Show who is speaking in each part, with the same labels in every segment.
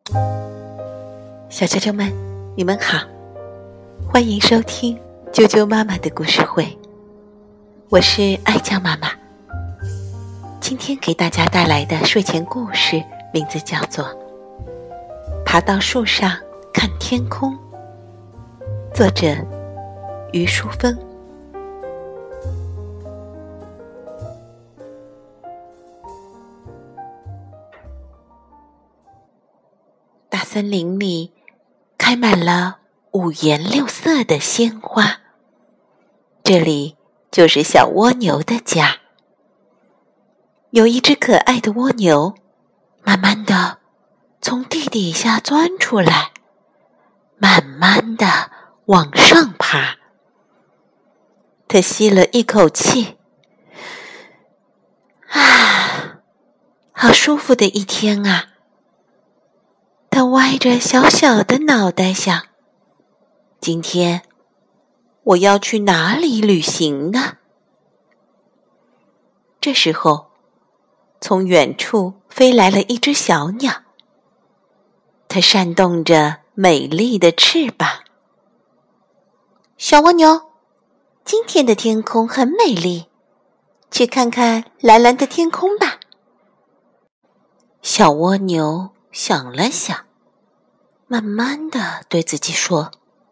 Speaker 1: 小啾啾们，你们好，欢迎收听啾啾妈妈的故事会，我是爱酱妈妈。今天给大家带来的睡前故事名字叫做《爬到树上看天空》，作者于淑芬。大森林里开满了五颜六色的鲜花，这里就是小蜗牛的家。有一只可爱的蜗牛，慢慢地从地底下钻出来，慢慢地往上爬。它吸了一口气，好舒服的一天啊！他歪着小小的脑袋想，今天我要去哪里旅行呢？这时候，从远处飞来了一只小鸟，它扇动着美丽的翅膀。小蜗牛，今天的天空很美丽，去看看蓝蓝的天空吧。小蜗牛想了想，慢慢地对自己说：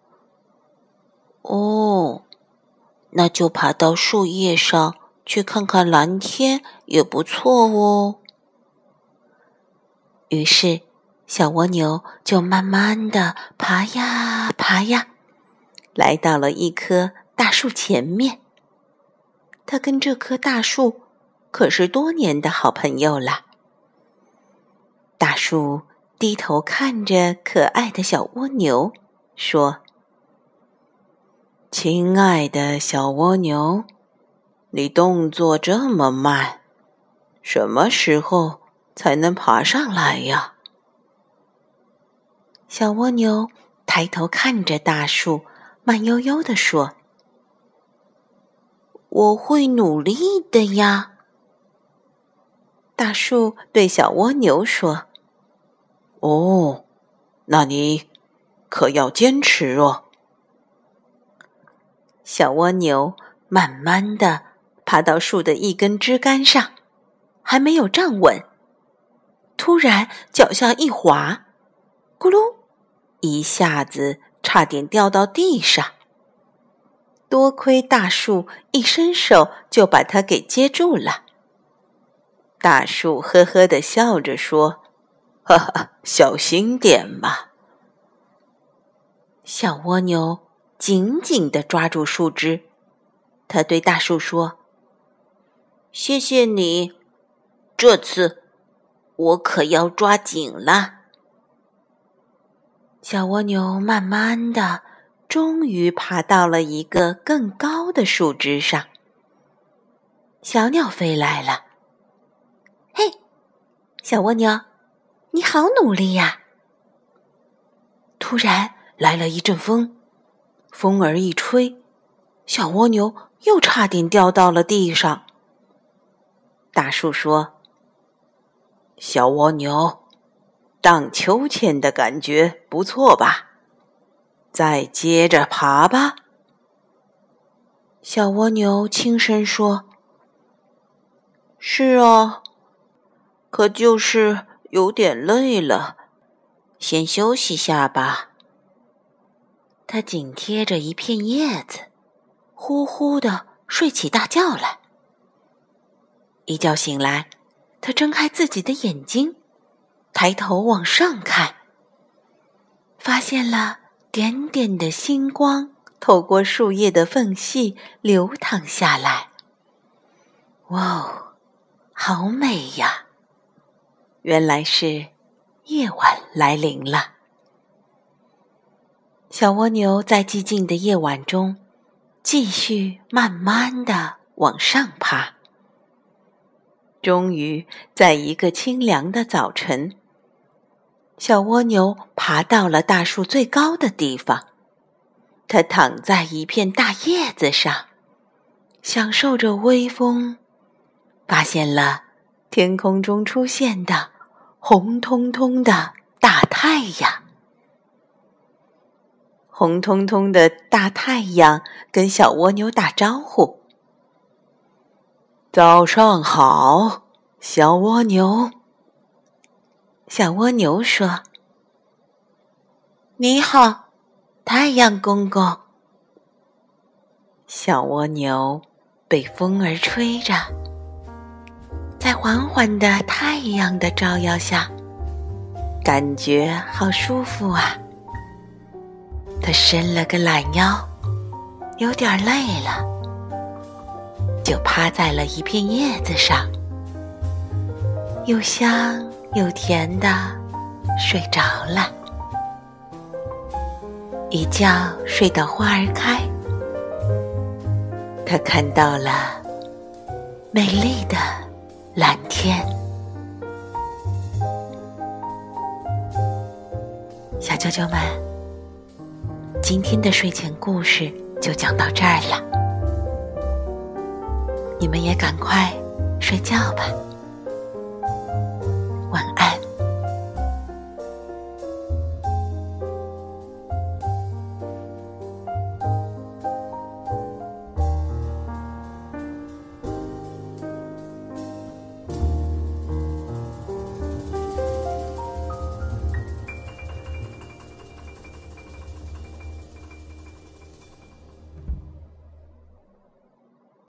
Speaker 1: 那就爬到树叶上去看看蓝天也不错哦。于是小蜗牛就慢慢地爬呀爬呀，来到了一棵大树前面。它跟这棵大树可是多年的好朋友了。大树低头看着可爱的小蜗牛，说：亲爱的小蜗牛，你动作这么慢，什么时候才能爬上来呀？小蜗牛抬头看着大树，慢悠悠地说：我会努力的呀。大树对小蜗牛说：那你可要坚持哦。小蜗牛慢慢地爬到树的一根枝干上，还没有站稳，突然脚下一滑，咕噜，一下子差点掉到地上。多亏大树一伸手就把它给接住了。大树呵呵地笑着说：哈哈，小心点嘛。小蜗牛紧紧地抓住树枝，他对大树说：谢谢你，这次我可要抓紧了。小蜗牛慢慢地终于爬到了一个更高的树枝上。小鸟飞来了。嘿，小蜗牛，你好努力呀！突然来了一阵风，风儿一吹，小蜗牛又差点掉到了地上。大树说：小蜗牛，荡秋千的感觉不错吧？再接着爬吧。小蜗牛轻声说：是啊，可就是有点累了，先休息下吧。它紧贴着一片叶子，呼呼地睡起大觉来。一觉醒来，它睁开自己的眼睛，抬头往上看，发现了点点的星光透过树叶的缝隙流淌下来。哇哦，好美呀！原来是夜晚来临了。小蜗牛在寂静的夜晚中继续慢慢地往上爬。终于在一个清凉的早晨，小蜗牛爬到了大树最高的地方。它躺在一片大叶子上，享受着微风，发现了天空中出现的红彤彤的大太太阳。红彤彤的大太阳跟小蜗牛打招呼：早上好，小蜗牛。小蜗牛说：你好，太阳公公。小蜗牛被风儿吹着，在缓缓的太阳的照耀下，感觉好舒服啊。它伸了个懒腰，有点累了，就趴在了一片叶子上，又香又甜的睡着了。一觉睡到花儿开，他看到了美丽的蓝天。小啾啾们，今天的睡前故事就讲到这儿了，你们也赶快睡觉吧。